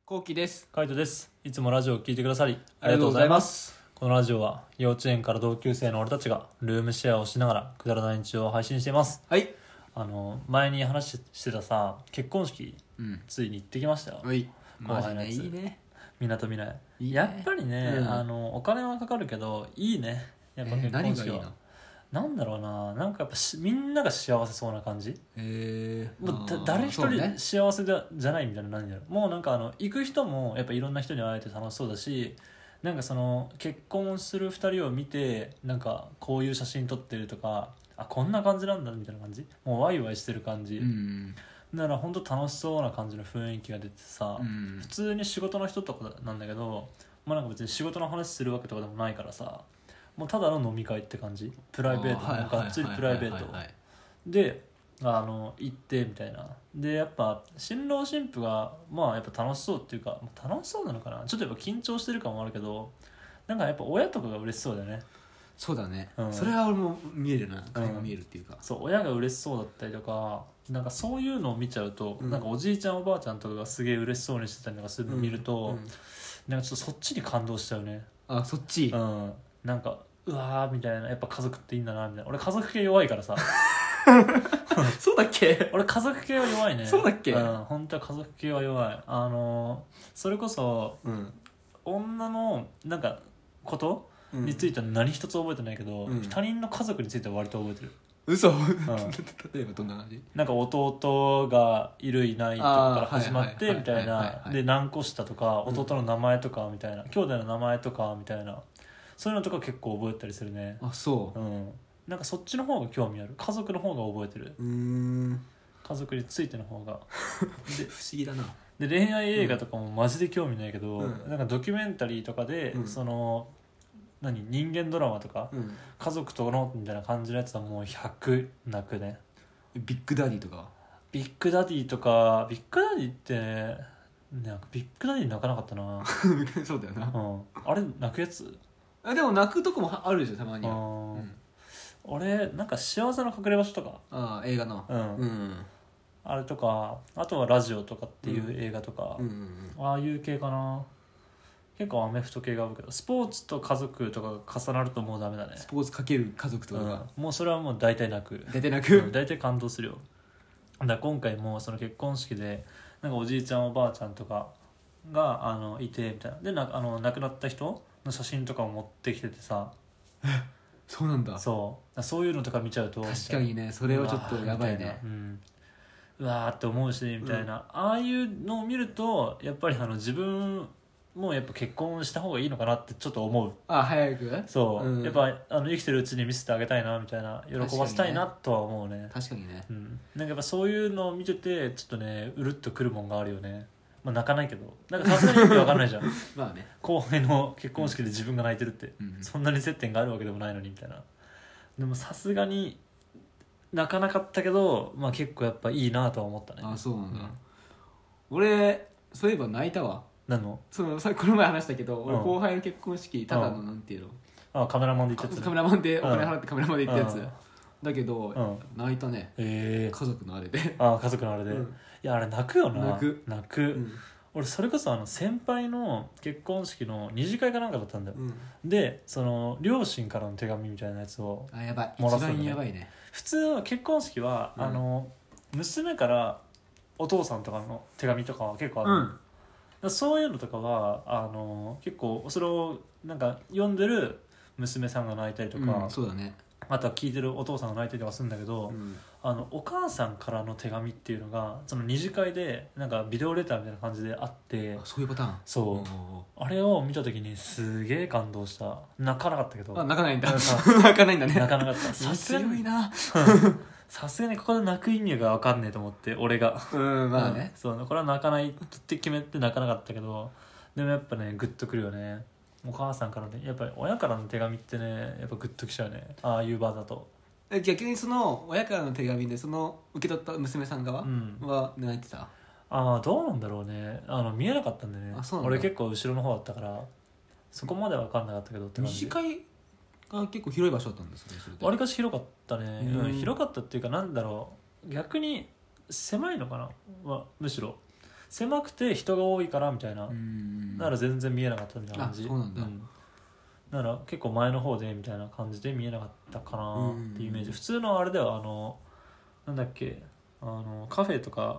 こうきです。 カイトです。いつもラジオを聞いてくださりありがとうございます。 このラジオは幼稚園から同級生の俺たちがルームシェアをしながらくだらない日常を配信しています。 はい。 前に話してたさ、結婚式ついに行ってきましたよ。 はい。 後輩のやついいね。 みなとみらい。 いいねやっぱりね、お金はかかるけどいいね。やっぱ結婚式は。 何がいいの？ なんだろうな、なんかやっぱみんなが幸せそうな感じ。もう誰一人幸せじゃないみたいな。何だろう、もうなんか行く人もやっぱいろんな人に会えて楽しそうだし、なんかその結婚する2人を見てなんかこういう写真撮ってるとか、あこんな感じなんだみたいな感じ、もうワイワイしてる感じ、だから本当楽しそうな感じの雰囲気が出てさ、普通に仕事の人とかなんだけど、まあなんか別に仕事の話するわけとかでもないからさ、もうただの飲み会って感じ。プライベート、がっつりプライベートで行ってみたいな。でやっぱ新郎新婦がまあやっぱ楽しそうっていうか、楽しそうなのかな、ちょっとやっぱ緊張してる感もあるけど、なんかやっぱ親とかが嬉しそうだよね。 そうだね、それは俺も見えるな、顔が見えるっていうか、 そう親が嬉しそうだったりとか、なんかそういうのを見ちゃうと、なんかおじいちゃんおばあちゃんとかがすげえ嬉しそうにしてたりとかするのを見ると、なんかちょっとそっちに感動しちゃうね。 あ、そっち。 なんかうわーみたいな、やっぱ家族っていいんだなみたいな。俺家族系弱いからさそうだっけ？ 俺家族系は弱いね。 そうだっけ？ 本当は家族系は弱い。それこそ、女のなんかことについては何一つ覚えてないけど、他人の家族については割と覚えてる。 嘘？例えばどんな感じ？ なんか弟がいるいないとかから始まってみたいな、で何個下とか弟の名前とかみたいな、兄弟の名前とかみたいな、そういうのとか結構覚えたりするね。 あ、そう。 なんかそっちの方が興味ある。家族の方が覚えてる。家族についての方がで不思議だな。 で恋愛映画とかもマジで興味ないけど、なんかドキュメンタリーとかで、その人間ドラマとか、家族とのみたいな感じのやつはもう100泣くね。 ビッグダディとか。 ビッグダディとか、ビッグダディってなんかビッグダディ泣かなかったなそうだよな、 あれ泣くやつ？ でも泣くとこもあるでしょ、たまには。 俺なんか幸せの隠れ場所とか、 映画のあれとか、あとはラジオとかっていう映画とか、ああいう系かな。結構アメフト系が多いけど、スポーツと家族とかが重なるともうダメだね。 スポーツかける家族とかが、 もうそれはもう大体泣く。大体感動するよ。だから今回もその結婚式でなんかおじいちゃんおばあちゃんとかがいてみたいな。で亡くなった人の写真とかを持ってきててさそうなんだ。 そういうのとか見ちゃうと、 確かにね、それはちょっとやばいね。 うわーって思うしみたいな、ああいうのを見るとやっぱり自分もやっぱ結婚した方がいいのかなってちょっと思う。 早くそう、やっぱ生きてるうちに見せてあげたいなみたいな、喜ばせたいなとは思うね。 確かにね、 なんかやっぱそういうのを見ててちょっとねうるっとくるもんがあるよね。まあ泣かないけど、なんかさすがに意味わかんないじゃんまあね、 後輩の結婚式で自分が泣いてるって、そんなに接点があるわけでもないのにみたいな。でもさすがに泣かなかったけど、まあ結構やっぱいいなとは思ったね。 あ、そうなんだ、俺そういえば泣いたわ。 何の？ この前話したけど、俺後輩の結婚式ただのなんていうの、 カメラマンで行っちゃった、 カメラマンでお金払ってカメラマンで行ったやつだけど、泣いたね。家族のあれで。 家族のあれで、いやあれ泣くよな。泣く、俺それこそ先輩の結婚式の二次会かなんかだったんだよ、でその両親からの手紙みたいなやつをやばい、 もらったんだね。 一番やばいね。 普通結婚式は、娘からお父さんとかの手紙とかは結構ある、そういうのとかは結構それをなんか読んでる娘さんが泣いたりとか、 そうだね、 あとは聞いてるお父さんが泣いたりとかするんだけど、お母さんからの手紙っていうのがその二次会でなんかビデオレターみたいな感じであって、 そういうパターン。 そうあれを見た時にすげえ感動した。泣かなかったけど。 泣かないんだ泣かないんだね。 泣かなかったさすがに強いなさすがにここで泣く意味が分かんねえと思って、俺がまあね、 そうこれは泣かないって決めて泣かなかったけど、でもやっぱねグッとくるよね。お母さんからね、やっぱり親からの手紙ってねやっぱグッときちゃうね、ああいう場だと。 逆にその親からの手紙でその受け取った娘さん側は泣いてた？ どうなんだろうね、見えなかったんでね。俺結構後ろの方だったからそこまでは分かんなかったけどって感じ。 二次会が結構広い場所だったんですね。 わりかし広かったね、広かったっていうか、なんだろう、逆に狭いのかな、むしろ狭くて人が多いからみたいな、だから全然見えなかったみたいな感じ。 そうなんだ、 だから結構前の方でみたいな感じで見えなかったかなっていうイメージ。普通のあれではなんだっけカフェとか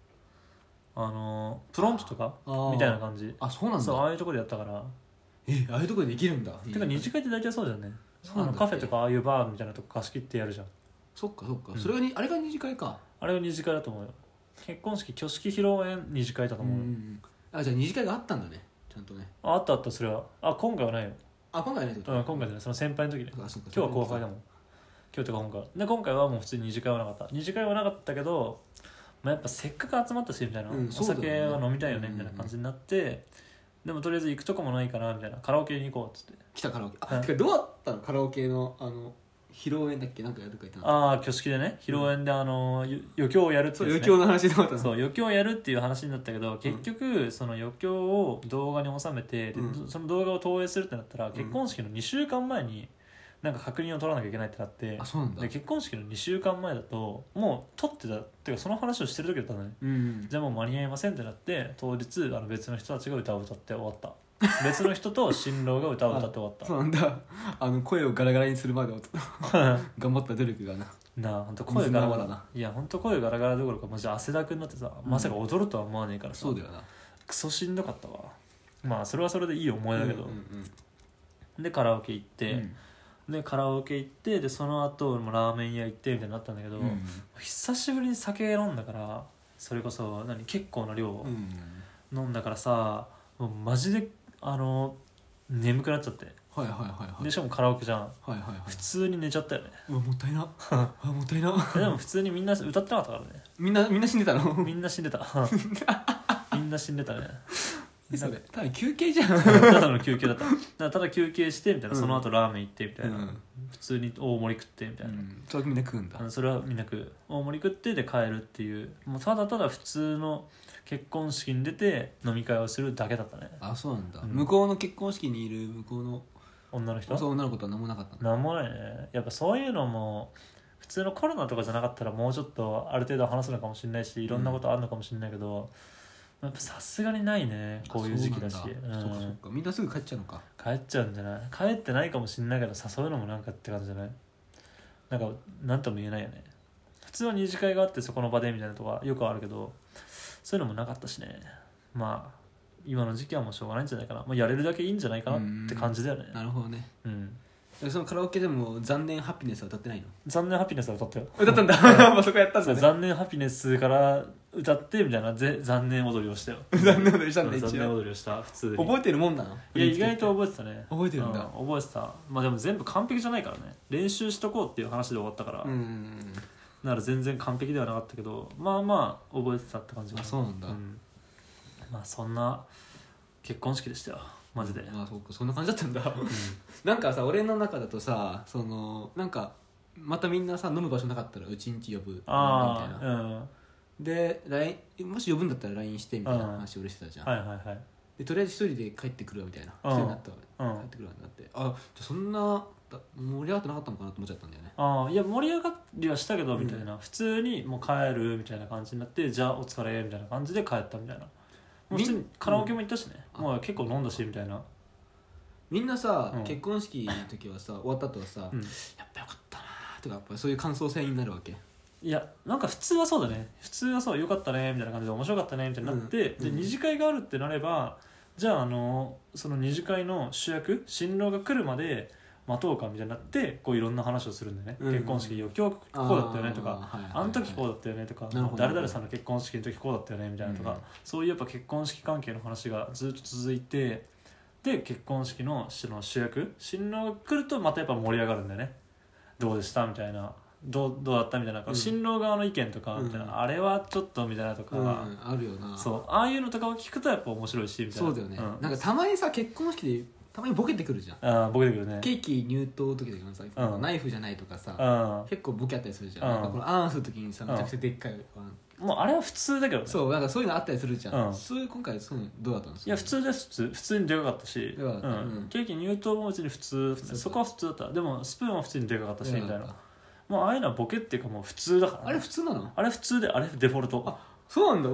プロントとかみたいな感じ。 そうなんだ。 そうああいうところでやったから。 ああいうところでできるんだ。 てか二次会って大体そうじゃんね。カフェとかああいうバーみたいなとこ貸し切ってやるじゃん。 そっか、それがあれが二次会か。 あれが二次会だと思うよ。結婚式挙式披露宴二次会だと思うよ。 じゃあ二次会があったんだね、ちゃんとね。 あったそれは。今回はないよ。 今回はないってこと？ 今回じゃない、その先輩の時で。今日は後輩だもん。今日とか今回で、今回はもう普通に二次会はなかった。二次会はなかったけど、やっぱせっかく集まったしみたいな、お酒は飲みたいよねみたいな感じになって、でもとりあえず行くとこもないかなみたいな、カラオケに行こうっつって。 来たカラオケ。てかどうだったのカラオケの披露宴だっけ、なんかやるか言ってた。挙式でね、披露宴で余興をやるっていう、ね、 余興の話だったの。 そう余興をやるっていう話になったけど、結局その余興を動画に収めて、その動画を投影するってなったら、結婚式の2週間前になんか確認を取らなきゃいけないってなって、 そうなんだ。 で結婚式の2週間前だともう取ってたっていうか、その話をしてる時だったのね、じゃあもう間に合いませんってなって、当日別の人たちが歌を歌って終わった。別の人と新郎が歌を歌って終わったそうなんだ。声をガラガラにするまで頑張った努力が本当声ガラガラ。いや本当声ガラガラどころかマジ汗だくになってさ、まさか踊るとは思わねえからさ。 そうだよな。 クソしんどかったわ。まあそれはそれでいい思いだけど、でカラオケ行って、でその後もラーメン屋行ってみたいになったんだけど、久しぶりに酒飲んだから、それこそ結構な量飲んだからさ、もうマジで眠くなっちゃって。でしかもカラオケじゃん、普通に寝ちゃったよね。 もったいなもったいな。 でも普通にみんな歌ってなかったからね。 みんな死んでたの？ みんな死んでたみんな死んでたね。 それただ休憩じゃん。 ただの休憩だった。ただ休憩してみたいな、その後ラーメン行ってみたいな、普通に大盛り食ってみたいな、 それはみんな食うんだ。 それはみんな食う。大盛り食ってで帰るっていう、もうただただ普通の結婚式に出て飲み会をするだけだったね。 そうなんだ、向こうの結婚式にいる向こうの女の人、 女の子とは何もなかったの？ 何もないね。やっぱそういうのも普通のコロナとかじゃなかったらもうちょっとある程度話すのかもしれないし、いろんなことあるのかもしれないけど、やっぱさすがにないね、こういう時期だし。そっかみんなすぐ帰っちゃうのか。 帰っちゃうんじゃない？帰ってないかもしれないけど誘うのもなんかって感じじゃない？なんか何とも言えないよね。普通は二次会があってそこの場でみたいなとかよくあるけど、そういうのもなかったしね。まあ今の時期はもうしょうがないんじゃないかな、やれるだけいいんじゃないかなって感じだよね。 なるほどね。そのカラオケでも残念ハピネスは歌ってないの？ 残念ハピネスは歌ったよ。 歌ったんだそこやったんだね。 残念ハピネスから歌ってみたいな残念踊りをしたよ。 残念踊りしたんだ。 残念踊りをした普通に。 覚えてるもんなの？ いや意外と覚えてたね。 覚えてるんだ。 覚えてた。でも全部完璧じゃないからね。練習しとこうっていう話で終わったから、だから全然完璧ではなかったけど、まあ覚えてたって感じ。 そうなんだ。 そんな結婚式でしたよマジで。 そうか、そんな感じだったんだなんかさ、俺の中だとさ、なんかまたみんなさ飲む場所なかったらうちんち呼ぶみたいな、でもし呼ぶんだったら LINE してみたいな話俺してたじゃん。でとりあえず一人で帰ってくるわみたいな、一人になったら帰ってくるわってなって、じゃあそんな盛り上がってなかったのかなと思っちゃったんだよね。 いや盛り上がりはしたけどみたいな、普通にもう帰るみたいな感じになって、じゃあお疲れみたいな感じで帰ったみたいな。普通にカラオケも行ったしね、もう結構飲んだしみたいな。 みんなさ、結婚式の時はさ終わった後はさ、やっぱよかったなとか、やっぱそういう感想戦になるわけ？ いやなんか普通はそうだね、普通はそうよかったねみたいな感じで面白かったねみたいになって、で二次会があるってなれば、じゃあその二次会の主役新郎が来るまで待とうかみたいになって、こういろんな話をするんだよね、結婚式よ今日こうだったよねとか、あの時こうだったよねとか、誰々さんの結婚式の時こうだったよねみたいなとか、そういうやっぱ結婚式関係の話がずっと続いて、で結婚式の主役新郎が来るとまたやっぱ盛り上がるんだよね。どうでしたみたいな、どうだったみたいな、新郎側の意見とかみたいな、あれはちょっとみたいなとか、 あるよな。 そうああいうのとかを聞くとやっぱ面白いしみたいな。 そうだよね、なんかたまにさ結婚式でたまにボケてくるじゃん。 ボケてくるね。 ケーキ入刀の時だけどさ、ナイフじゃないとかさ、結構ボケあったりするじゃん。なんかこのアーンする時にさ、めちゃくちゃでっかいもうあれは普通だけどね。 そう、なんかそういうのあったりするじゃん。そういう今回そういうのどうだったんですか？ いや普通です。普通にでかかったし、ケーキ入刀も別に普通、そこは普通だった。でもスプーンは普通にでかかったしみたいな。もうああいうのはボケっていうかもう普通だから。 あれ普通なの？ あれ普通で、あれデフォルト。 そうなんだ。俺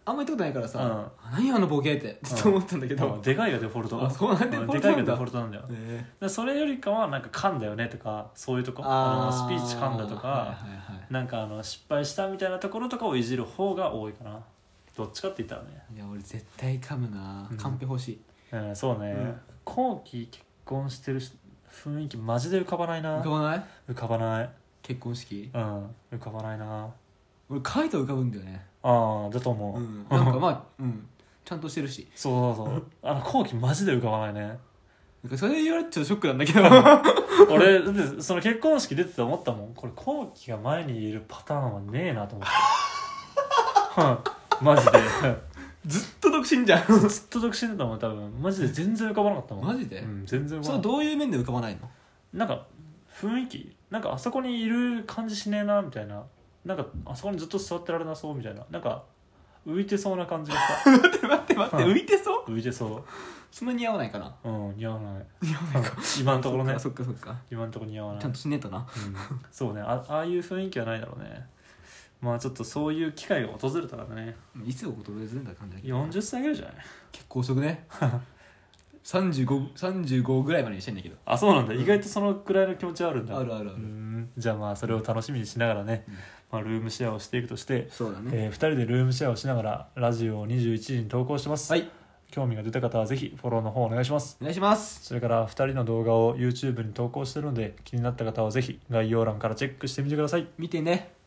あんまり言ったことないからさ、何あのボケってずっと思ったんだけど、 でかいがデフォルト。 あ、そうなんだ。 でかいがデフォルトなんだよ。それよりかはなんか噛んだよねとかそういうとこ、スピーチ噛んだとか、なんか失敗したみたいなところとかをいじる方が多いかな。どっちかって言ったらね。 いや俺絶対噛むな、カンペ欲しい。 そうね、後期結婚してる雰囲気マジで浮かばないな。 浮かばない？ 浮かばない。 結婚式？ 浮かばないな。 俺書いたら浮かぶんだよね。 だと思う、なんかまあちゃんとしてるし。 そう後期マジで浮かばないね。 なんかそれ言われてちょっとショックなんだけど俺その結婚式出てて思ったもん、これ後期が前にいるパターンはねえなと思ってマジでずっと独身じゃんずっと独身だったもん多分。マジで全然浮かばなかったもん。 マジで？ 全然浮かばなかった。 それどういう面で浮かばないの？ なんか雰囲気、なんかあそこにいる感じしねえなみたいな、なんかあそこにずっと座ってられなそうみたいな、なんか浮いてそうな感じがさ待って浮いてそう？ 浮いてそう。 そんな似合わないかな？ 似合わない今のところね。 そっか今のところ似合わない。 ちゃんとしねえとな。 そうね、ああいう雰囲気はないだろうね。まあちょっとそういう機会が訪れたらね。 いつ訪れるんだ感じだけど。 40歳ぐらいじゃない？ 結構遅くね35ぐらいまでにしてんだけど。 あ、そうなんだ、意外とそのくらいの気持ちはあるんだ。 ある。 じゃあまあそれを楽しみにしながらね、ルームシェアをしていくとして、 そうだね、 2人でルームシェアをしながらラジオを21時に投稿してます。興味が出た方はぜひフォローの方お願いします。 お願いします。 それから2人の動画を YouTube に投稿してるので、気になった方はぜひ概要欄からチェックしてみてください。 見てね。